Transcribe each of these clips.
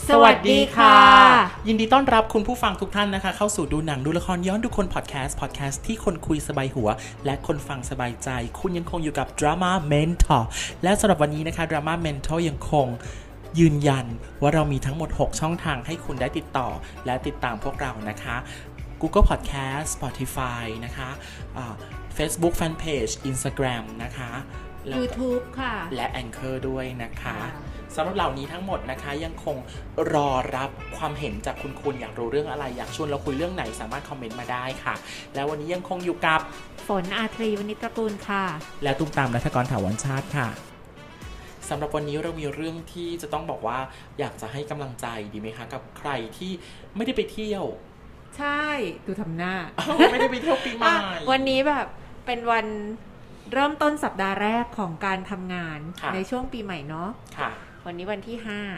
สวัสดีค่ะยินดีต้อนรับคุณผู้ฟังทุกท่านนะคะเข้าสู่ดูหนังดูละครย้อนดูคนพอดแคสต์ที่คนคุยสบายหัวและคนฟังสบายใจคุณยังคงอยู่กับ Drama Mentor และสำหรับวันนี้นะคะ Drama Mentor ยังคงยืนยันว่าเรามีทั้งหมด6ช่องทางให้คุณได้ติดต่อและติดตามพวกเรานะคะ Google Podcast Spotify นะคะ Facebook Fanpage Instagram นะคะ YouTube ค่ะและ Anchor ด้วยนะคะสำหรับเหล่านี้ทั้งหมดนะคะยังคงรอรับความเห็นจากคุณอยากรู้เรื่องอะไรอยากชวนเราคุยเรื่องไหนสามารถคอมเมนต์มาได้ค่ะแล้ววันนี้ยังคงอยู่กับฝนอาทรีวณิชตระกูลค่ะและตุ้มตามรัฐกรถาวรชาติค่ะสำหรับวันนี้เรามีเรื่องที่จะต้องบอกว่าอยากจะให้กำลังใจดีไหมคะกับใครที่ไม่ได้ไปเที่ยวใช่ดูทำหน้าไม่ได้ไปเที่ยวปีใหม่วันนี้แบบเป็นวันเริ่มต้นสัปดาห์แรกของการทำงานในช่วงปีใหม่เนาะวันนี้วันที่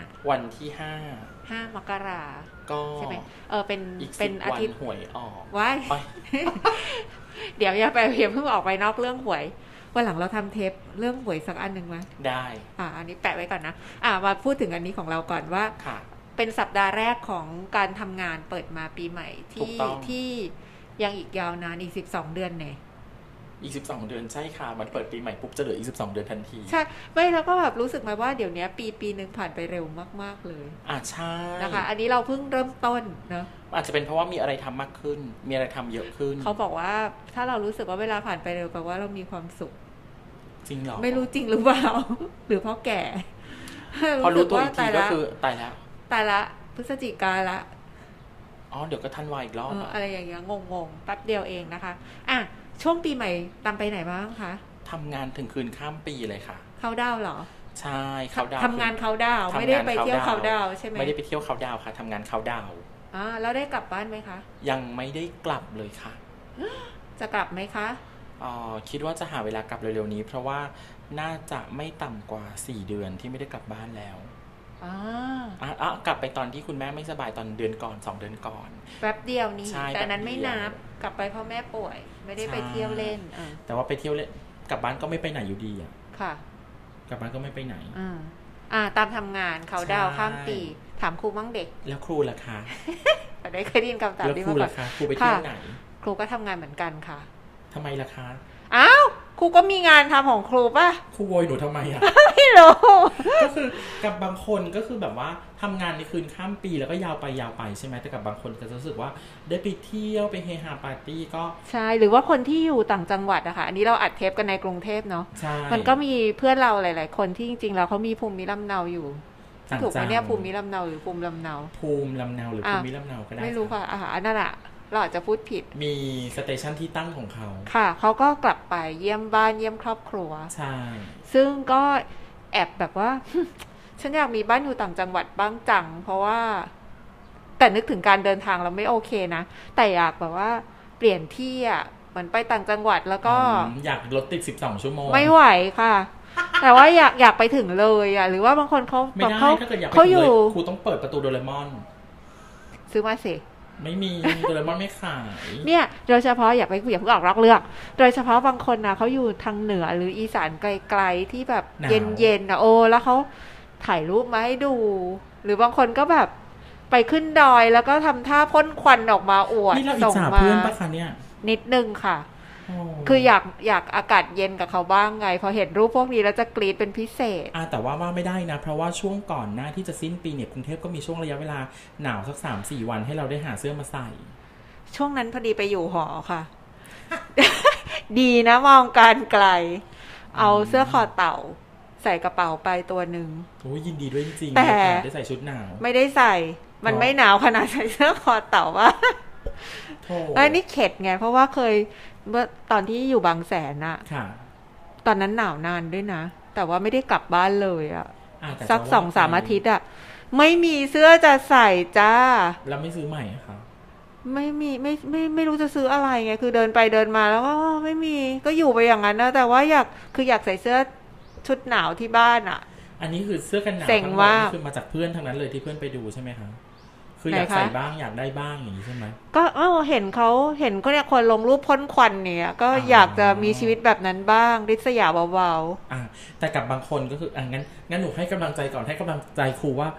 5 มกราก็ใช่ไหมเป็นอาทิตย์หวยออกว้าย เดี๋ยวอย่าเพิ่งออกไปนอกเรื่องหวยวันหลังเราทำเทปเรื่องหวยสักอันหนึ่งไหมได้อันนี้แปะไว้ก่อนนะมาพูดถึงอันนี้ของเราก่อนว่าเป็นสัปดาห์แรกของการทำงานเปิดมาปีใหม่ที่ยังอีกยาวนานอีก12 เดือนเนี่ยอีก12 เดือนใช่ค่ะมันเปิดปีใหม่ปุ๊บจะเหลืออีก12 เดือนทันทีใช่ไม่แล้วก็แบบรู้สึกไหมว่าเดี๋ยวนี้ปีนึงผ่านไปเร็วมากๆเลยใช่นะคะอันนี้เราเพิ่งเริ่มต้นเนาะอาจจะเป็นเพราะว่ามีอะไรทำมากขึ้นมีอะไรทำเยอะขึ้นเขาบอกว่าถ้าเรารู้สึกว่าเวลาผ่านไปเร็วแปลว่าเรามีความสุขจริงหรอไม่รู้จริงหรือเปล่าหรือเพราะแก่พอรู้ตัวอีกทีก็คือตายละพฤศจิกาละเดี๋ยวก็ธันวาอีกรอบอะไรอย่างเงี้ยงงแป๊บเดียวเองนะคะช่วงปีใหม่ตามไปไหนบ้างคะทำงานถึงคืนข้ามปีเลยค่ะเขาดาวเหรอใช่เขาดาวทำงานเขาดาวไม่ได้ไปเที่ยวเขาดาวใช่ไหมไม่ได้ไปเที่ยวเขาดาวค่ะทำงานเขาดาวแล้วได้กลับบ้านไหมคะยังไม่ได้กลับเลยค่ะจะกลับไหมคะคิดว่าจะหาเวลากลับเร็วๆนี้เพราะว่าน่าจะไม่ต่ำกว่า4 เดือนที่ไม่ได้กลับบ้านแล้วกลับไปตอนที่คุณแม่ไม่สบายตอนเดือนก่อน2 เดือนก่อนแป๊บเดียวนี่แต่นั้นไม่นับกลับไปเพราะแม่ป่วยไม่ได้ไปเที่ยวเล่นแต่ว่าไปเที่ยวเล่นกลับบ้านก็ไม่ไปไหนอยู่ดีค่ะกลับบ้านก็ไม่ไปไหนตามทำงานเขาดาวข้ามปีถามครูบ้างเด็กแล้วครูล่ะคะได้เคยได้ยินคำตอบนี้มาก่อนแล้วครูล่ะคะครูไปเที่ยวไหนครูก็ทำงานเหมือนกันค่ะทำไมล่ะคะครูก็มีงานทำของครูป่ะครูโวยหนูทำไมไม่รู้ก็คือกับบางคนก็คือแบบว่าทำงานในคืนข้ามปีแล้วก็ยาวไปใช่ไหมแต่กับบางคนก็จะรู้สึกว่าได้ไปเที่ยวไปเฮฮาปาร์ตี้ก็ใช่หรือว่าคนที่อยู่ต่างจังหวัดอะค่ะอันนี้เราอัดเทปกันในกรุงเทพเนาะมันก็มีเพื่อนเราหลายๆคนที่จริงๆแล้วเขามีภูมิลำเนาอยู่ถูกไหมเนี่ยภูมิลำเนาหรือภูมิลำเนาหรือภูมิลำเนาก็ได้ไม่รู้ค่ะนั่นแหละเราอาจจะพูดผิดมีสเตชันที่ตั้งของเขาค่ะเขาก็กลับไปเยี่ยมบ้านเยี่ยมครอบครัวใช่ซึ่งก็แอบแบบว่า ฉันอยากมีบ้านอยู่ต่างจังหวัดบ้างจังเพราะว่าแต่นึกถึงการเดินทางเราไม่โอเคนะแต่อยากแบบว่าเปลี่ยนที่เหมือนไปต่างจังหวัดแล้วก็อยากรถติด12 ชั่วโมงไม่ไหวค่ะ แต่ว่าอยากไปถึงเลยหรือว่าบางคนเขาไม่ได้ถ้าเกิดอยากไปถึงเลยครูต้องเปิดประตูโดเรมอนซื้อมาสิไม่มีโดเรมอนไม่ขายเนี่ยโดยเฉพาะอย่าเพิ่งออกเรื่องโดยเฉพาะบางคนนะเขาอยู่ทางเหนือหรืออีสานไกลๆที่แบบเย็นแล้วเขาถ่ายรูปมาให้ดูหรือบางคนก็แบบไปขึ้นดอยแล้วก็ทำท่าพ่นควันออกมาอวดส่งมาเพื่อนปะคะเนี่ยนิดนึงค่ะคืออยากอากาศเย็นกับเขาบ้างไงพอเห็นรูปพวกนี้แล้วจะกรี๊ดเป็นพิเศษแต่ว่าไม่ได้นะเพราะว่าช่วงก่อนหน้าที่จะสิ้นปีเนี่ยกรุงเทพก็มีช่วงระยะเวลาหนาวสัก 3-4 วันให้เราได้หาเสื้อมาใส่ช่วงนั้นพอดีไปอยู่หอค่ะ ดีนะมองการไกลเอาเสื้อคอเต่าใส่กระเป๋าไปตัวนึงโอ้ยยินดีด้วยจริงๆแต่ได้ใส่ชุดหนาวไม่ได้ใส่มันไม่หนาวขนาดใส่เสื้อคอเต่าว่านี่เข็ดไงเพราะว่าเคยเมื่อตอนที่อยู่บางแสนตอนนั้นหนาวนานด้วยนะแต่ว่าไม่ได้กลับบ้านเลยสัก 2-3 อาทิตย์ไม่มีเสื้อจะใส่จ้าแล้วไม่ซื้อใหม่ค่ะไม่มีไม่รู้จะซื้ออะไรไงคือเดินไปเดินมาแล้วก็ไม่มีก็อยู่ไปอย่างนั้นนะแต่ว่าอยากใส่เสื้อชุดหนาวที่บ้านอันนี้คือเสื้อกันหนาวทั้งหมดคือมาจากเพื่อนทั้งนั้นเลยที่เพื่อนไปดูใช่ไหมคะคืออยากใส่บ้างอยากได้บ้างอย่างนี้ใช่ไหมก็เห็นเขาเนี่ยคนลงรูปพ่นควันเนี่ยก็อยากจะมีชีวิตแบบนั้นบ้างริษยาเบาๆแต่กับบางคนก็คืองั้นหนูให้กำลังใจก่อนให้กำลังใจครูว่า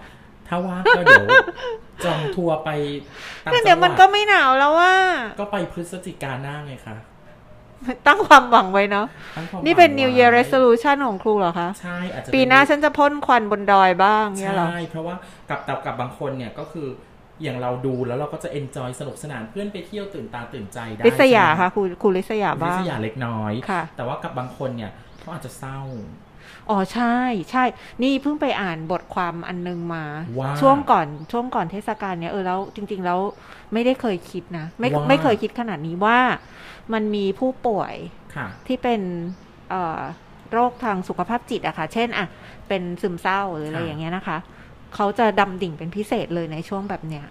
ถ้าว่างก็เดี๋ยวจองทัวร์ไปต่างจังหวัดเดี๋ยวมันก็ไม่หนาวแล้วว่าก็ไปพฤศจิกาหน้าไงคะตั้งความหวังไว้เนาะนี่เป็น New Year Resolution ของครูเหรอคะใช่อาจจะปีหน้าฉันจะพ่นควันบนดอยบ้างเนี่ยหรอใช่เพราะว่ากับบางคนเนี่ยก็คืออย่างเราดูแล้วเราก็จะ enjoy สนุกสนานเพื่อนไปเที่ยวตื่นตาตื่นใจได้ลิษยาค่ะครูลิษยาบ้างลิษยาเล็กน้อยแต่ว่ากับบางคนเนี่ยเขาอาจจะเศร้าอ๋อใช่ใช่นี่เพิ่งไปอ่านบทความอันนึงมาช่วงก่อนเทศกาลเนี่ยแล้วจริงๆแล้วไม่ได้เคยคิดนะไม่เคยคิดขนาดนี้ว่ามันมีผู้ป่วยที่เป็นโรคทางสุขภาพจิตอะค่ะเช่นอะเป็นซึมเศร้าหรืออะไรอย่างเงี้ยนะคะเขาจะดำดิ่งเป็นพิเศษเลยในช่วงแบบเนี้ย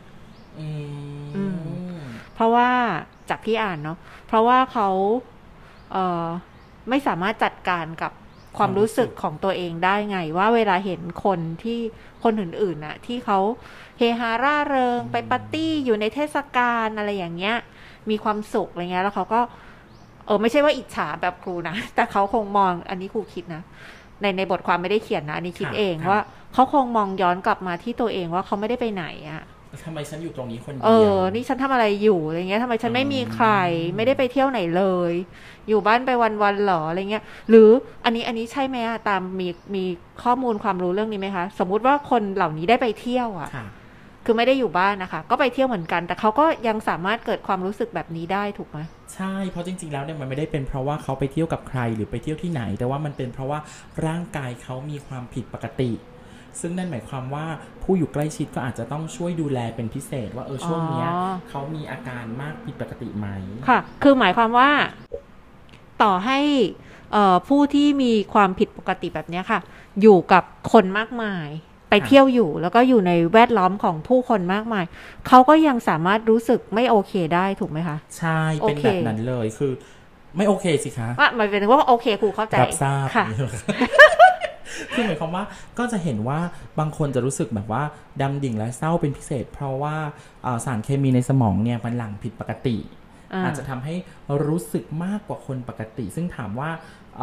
เพราะว่าจากที่อ่านเนาะเพราะว่าเขาไม่สามารถจัดการกับความรู้สึกของตัวเองได้ไงว่าเวลาเห็นคนอื่นๆน่ะที่เขาเฮฮาร่าเริงไปปาร์ตี้อยู่ในเทศกาลอะไรอย่างเงี้ยมีความสุขอะไรเงี้ยแล้วเขาก็ไม่ใช่ว่าอิจฉาแบบครูนะแต่เขาคงมองอันนี้ครูคิดนะในบทความไม่ได้เขียนนะอันนี้คิดเองว่าเขาคงมองย้อนกลับมาที่ตัวเองว่าเขาไม่ได้ไปไหนอะทำไมฉันอยู่ตรงนี้คนเดียวนี่ฉันทำอะไรอยู่อะไรเงี้ยทำไมฉันไม่มีใครไม่ได้ไปเที่ยวไหนเลยอยู่บ้านไปวันๆหรออะไรเงี้ยหรืออันนี้ใช่ไหมอะตามมีข้อมูลความรู้เรื่องนี้ไหมคะสมมุติว่าคนเหล่านี้ได้ไปเที่ยวอะคือไม่ได้อยู่บ้านนะคะก็ไปเที่ยวเหมือนกันแต่เขาก็ยังสามารถเกิดความรู้สึกแบบนี้ได้ถูกไหมใช่เพราะจริงๆแล้วเนี่ยมันไม่ได้เป็นเพราะว่าเขาไปเที่ยวกับใครหรือไปเที่ยวที่ไหนแต่ว่ามันเป็นเพราะว่าร่างกายเขามีความผิดปกติซึ่งนั่นหมายความว่าผู้อยู่ใกล้ชิดก็อาจจะต้องช่วยดูแลเป็นพิเศษว่าช่วงนี้เขามีอาการมากผิดปกติไหมค่ะคือหมายความว่าต่อให้ผู้ที่มีความผิดปกติแบบนี้ค่ะอยู่กับคนมากมายไปเที่ยวอยู่แล้วก็อยู่ในแวดล้อมของผู้คนมากมายเขาก็ยังสามารถรู้สึกไม่โอเคได้ถูกไหมคะใช่เป็นแบบนั้นเลยคือไม่โอเคสิคะว่าหมายถึงว่าโอเคครูเข้าใจรับทราบค่ะคือหมายความว่าก็จะเห็นว่าบางคนจะรู้สึกแบบว่าดำดิ่งและเศร้าเป็นพิเศษเพราะว่าสารเคมีในสมองเนี่ยมันหลั่งผิดปกติอาจจะทำให้รู้สึกมากกว่าคนปกติซึ่งถามว่า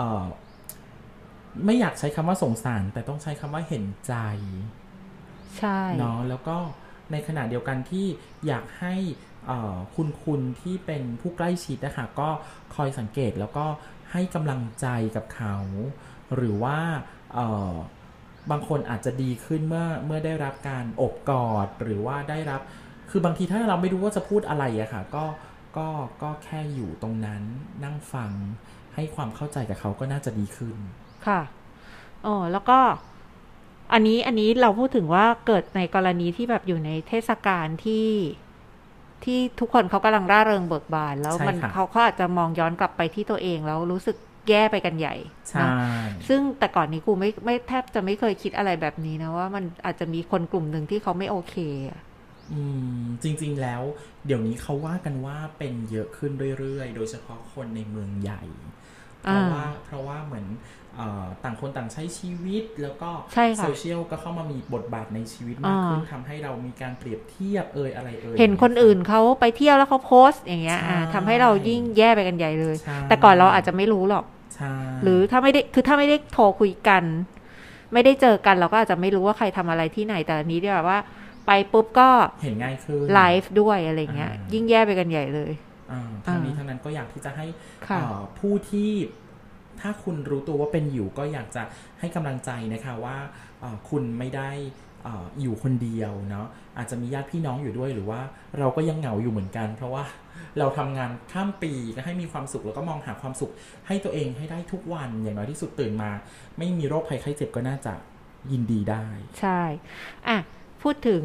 ไม่อยากใช้คำว่าสงสารแต่ต้องใช้คำว่าเห็นใจใช่เนาะแล้วก็ในขณะเดียวกันที่อยากให้คุณที่เป็นผู้ใกล้ชิดนะคะก็คอยสังเกตแล้วก็ให้กำลังใจกับเขาหรือว่าบางคนอาจจะดีขึ้นเมื่อได้รับการอบกอดหรือว่าได้รับคือบางทีถ้าเราไม่รู้ว่าจะพูดอะไรอะค่ะก็แค่อยู่ตรงนั้นนั่งฟังให้ความเข้าใจกับเขาก็น่าจะดีขึ้นค่ะแล้วก็อันนี้เราพูดถึงว่าเกิดในกรณีที่แบบอยู่ในเทศกาลที่ทุกคนเขากำลังร่าเริงเบิกบานแล้วมันเขาอาจจะมองย้อนกลับไปที่ตัวเองแล้วรู้สึกแย่ไปกันใหญ่นะซึ่งแต่ก่อนนี้กูไม่แทบจะไม่เคยคิดอะไรแบบนี้นะว่ามันอาจจะมีคนกลุ่มหนึ่งที่เขาไม่โอเคจริงๆแล้วเดี๋ยวนี้เขาว่ากันว่าเป็นเยอะขึ้นเรื่อยๆโดยเฉพาะคนในเมืองใหญ่เพราะว่าเหมือนต่างคนต่างใช้ชีวิตแล้วก็โซเชียลก็เข้ามามีบทบาทในชีวิตมากขึ้นทำให้เรามีการเปรียบเทียบอะไรเห็นคนอื่นเขาไปเที่ยวแล้วเขาโพสต์อย่างเงี้ยทำให้เรายิ่งแย่ไปกันใหญ่เลยแต่ก่อนเราอาจจะไม่รู้หรอกหรือถ้าไม่ได้โทรคุยกันไม่ได้เจอกันเราก็อาจจะไม่รู้ว่าใครทำอะไรที่ไหนแต่อันนี้เนี่ยแบบว่าไปปุ๊บก็เห็นง่ายขึ้นไลฟ์ด้วยอะไรเงี้ยยิ่งแย่ไปกันใหญ่เลยทั้งนี้ทั้งนั้นก็อยากที่จะให้ผู้ที่ถ้าคุณรู้ตัวว่าเป็นอยู่ก็อยากจะให้กำลังใจนะคะว่าคุณไม่ได้อยู่คนเดียวเนาะอาจจะมีญาติพี่น้องอยู่ด้วยหรือว่าเราก็ยังเหงาอยู่เหมือนกันเพราะว่าเราทำงานข้ามปีก็ให้มีความสุขแล้วก็มองหาความสุขให้ตัวเองให้ได้ทุกวันอย่างน้อยที่สุดตื่นมาไม่มีโรคภัยไข้เจ็บก็น่าจะยินดีได้ใช่พูดถึง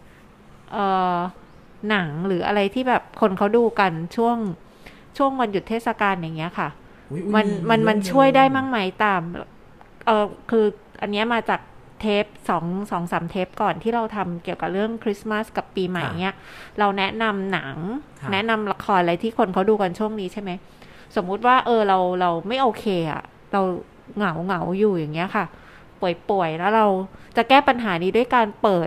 หนังหรืออะไรที่แบบคนเขาดูกันช่วงวันหยุดเทศกาลอย่างเงี้ยค่ะมันช่วยได้มั่งไหมตามคืออันนี้มาจากเทป2-3 เทปก่อนที่เราทำเกี่ยวกับเรื่องคริสต์มาสกับปีใหม่เงี้ยเราแนะนำหนังแนะนำละครอะไรที่คนเขาดูกันช่วงนี้ใช่ไหมสมมุติว่าเราไม่โอเคอะเราเหงาอยู่อย่างเงี้ยค่ะป่วยแล้วเราจะแก้ปัญหานี้ด้วยการเปิด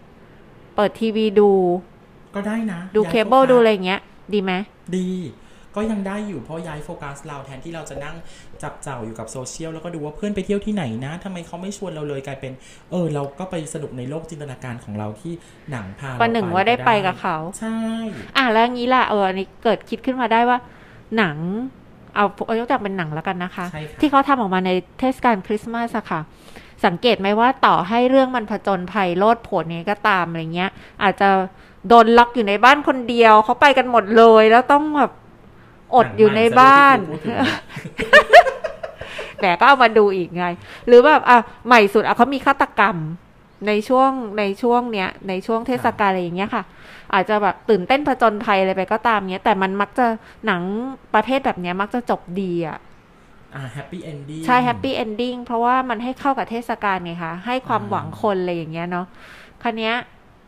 ทีวีดูก็ได้นะดูเคเบิลดูอะไรเงี้ยดีไหมดีก็ยังได้อยู่เพราะย้ายโฟกัสเราแทนที่เราจะนั่งจับเจ่าอยู่กับโซเชียลแล้วก็ดูว่าเพื่อนไปเที่ยวที่ไหนนะทำไมเขาไม่ชวนเราเลยกลายเป็นเราก็ไปสนุกในโลกจินตนาการของเราที่หนังพาเราไปประหนึ่งว่าได้ไปกับเขาใช่แล้วงี้ล่ะอันนี้เกิดคิดขึ้นมาได้ว่าหนังเอายกตัวเป็นหนังแล้วกันนะคะที่เขาทำออกมาในเทศกาลคริสต์มาสอะค่ะสังเกตไหมว่าต่อให้เรื่องมันผจญภัยโลดโผนนี้ก็ตามอะไรเงี้ยอาจจะโดนล็อกอยู่ในบ้านคนเดียวเขาไปกันหมดเลยแล้วต้องแบบอดอยู่ในบ้านแต่ก็เอามาดูอีกไงหรือแบบใหม่สุดเขามีฆาตกรรมในช่วงเนี้ยในช่วงเทศกาลอะไรอย่างเงี้ยค่ะอาจจะแบบตื่นเต้นผจญภัยอะไรไปก็ตามเนี้ยแต่มันมักจะหนังประเภทแบบเนี้ยมักจะจบดีแฮปปี้เอนดิ้งใช่แฮปปี้เอนดิ้งเพราะว่ามันให้เข้ากับเทศกาลไงคะให้ความหวังคนอะไรอย่างเงี้ยเนาะคราวเนี้ย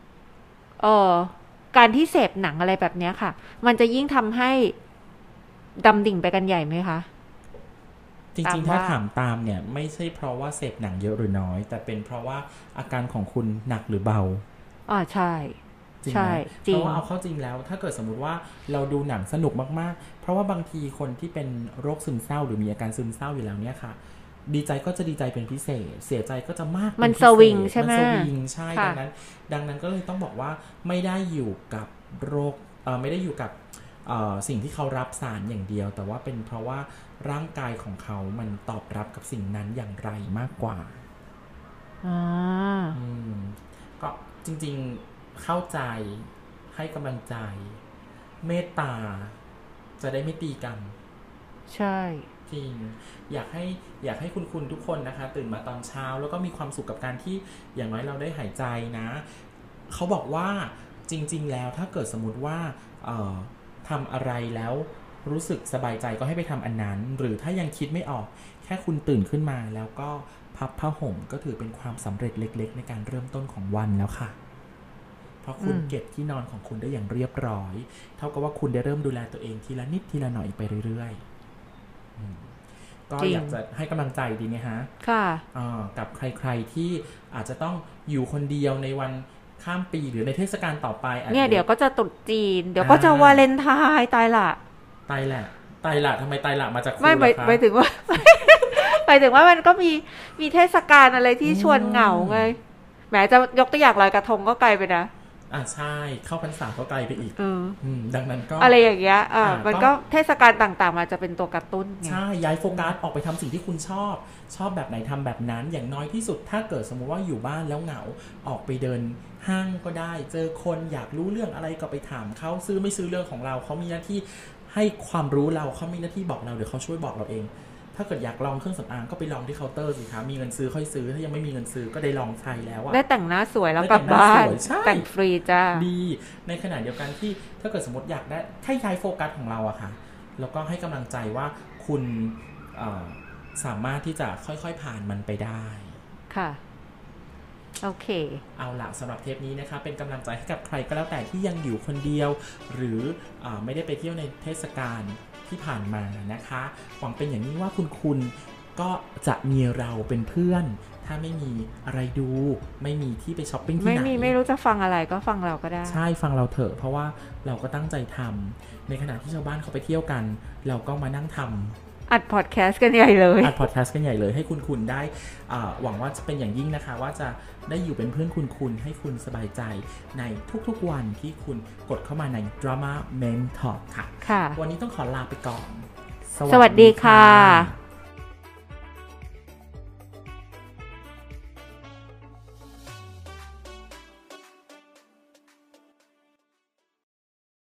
การที่เสพหนังอะไรแบบเนี้ยค่ะมันจะยิ่งทำให้ดำดิ่งไปกันใหญ่ไหมคะจริงๆถ้าถามตามเนี่ยไม่ใช่เพราะว่าเสพหนังเยอะหรือน้อยแต่เป็นเพราะว่าอาการของคุณหนักหรือเบาใช่ใช่จริงเพราะว่าเอาเข้าจริงแล้วถ้าเกิดสมมุติว่าเราดูหนังสนุกมากๆเพราะว่าบางทีคนที่เป็นโรคซึมเศร้าหรือมีอาการซึมเศร้าอยู่แล้วเนี่ยค่ะดีใจก็จะดีใจเป็นพิเศษเสียใจก็จะมากมันสวิงใช่ไหมมันสวิงใช่ดังนั้นก็เลยต้องบอกว่าไม่ได้อยู่กับโรคไม่ได้อยู่กับสิ่งที่เขารับสารอย่างเดียวแต่ว่าเป็นเพราะว่าร่างกายของเขามันตอบรับกับสิ่งนั้นอย่างไรมากกว่าก็จริงๆเข้าใจให้กำลังใจเมตตาจะได้ไม่ตีกันใช่จริงอยากให้คุณทุกคนนะคะตื่นมาตอนเช้าแล้วก็มีความสุขกับการที่อย่างน้อยเราได้หายใจนะเขาบอกว่าจริงๆแล้วถ้าเกิดสมมุติว่าทำอะไรแล้วรู้สึกสบายใจก็ให้ไปทำอันนั้นหรือถ้ายังคิดไม่ออกแค่คุณตื่นขึ้นมาแล้วก็พับผ้าห่มก็ถือเป็นความสำเร็จเล็กๆในการเริ่มต้นของวันแล้วค่ะเพราะคุณเก็บที่นอนของคุณได้อย่างเรียบร้อยเท่ากับว่าคุณได้เริ่มดูแลตัวเองทีละนิดทีละหน่อยไปเรื่อยๆก็อยากจะให้กำลังใจดีไหมฮะค่ะกับใครๆที่อาจจะต้องอยู่คนเดียวในวันข้ามปีหรือในเทศกาลต่อไปเนี่ยเดี๋ยวก็จะตรุษจีนเดี๋ยวก็จะวาเลนไทน์ตายละทำไมตายละมาจากคุณไม่ไปถึงว่าไปถึงว่ามันก็มีเทศกาลอะไรที่ชวนเหงาไงแหมจะยกตัวอย่างลอยกระทงก็ไกลไปนะใช่เข้าพรรษาก็ไกลไปอีกดังนั้นก็อะไรอย่างเงี้ยมันก็เทศกาลต่างๆมาจะเป็นตัวกระตุ้นใช่ย้ายโฟกัสออกไปทำสิ่งที่คุณชอบแบบไหนทำแบบนั้นอย่างน้อยที่สุดถ้าเกิดสมมุติว่าอยู่บ้านแล้วเหงาออกไปเดินห้างก็ได้เจอคนอยากรู้เรื่องอะไรก็ไปถามเขาซื้อไม่ซื้อเรื่องของเราเขามีหน้าที่ให้ความรู้เราเขามีหน้าที่บอกเราเดี๋ยวเขาช่วยบอกเราเองถ้าเกิดอยากลองเครื่องสำอางก็ไปลองที่เคาน์เตอร์สิคะมีเงินซื้อค่อยซื้อถ้ายังไม่มีเงินซื้อก็ได้ลองใช้แล้วได้แต่งหน้าสวยแล้วกลับบ้านแต่งฟรีจ้าดีในขณะเดียวกันที่ถ้าเกิดสมมติอยากได้แค่ย้ายโฟกัสของเราอะค่ะแล้วก็ให้กำลังใจว่าคุณสามารถที่จะค่อยๆผ่านมันไปได้ค่ะโอเคเอาล่ะสำหรับเทปนี้นะคะเป็นกำลังใจให้กับใครก็แล้วแต่ที่ยังอยู่คนเดียวหรือไม่ได้ไปเที่ยวในเทศกาลที่ผ่านมานะคะหวังเป็นอย่างนี้ว่าคุณก็จะมีเราเป็นเพื่อนถ้าไม่มีอะไรดูไม่มีที่ไปช้อปปิ้งที่ไหนไม่รู้จะฟังอะไรก็ฟังเราก็ได้ใช่ฟังเราเถอะเพราะว่าเราก็ตั้งใจทำในขณะที่ชาวบ้านเขาไปเที่ยวกันเราก็มานั่งทำอัดพอดแคสต์กันใหญ่เลยให้คุณได้หวังว่าจะเป็นอย่างยิ่งนะคะว่าจะได้อยู่เป็นเพื่อนคุณให้คุณสบายใจในทุกๆวันที่คุณกดเข้ามาใน Drama Mentor ค่ะวันนี้ต้องขอลาไปก่อนสวัสดีค่ะ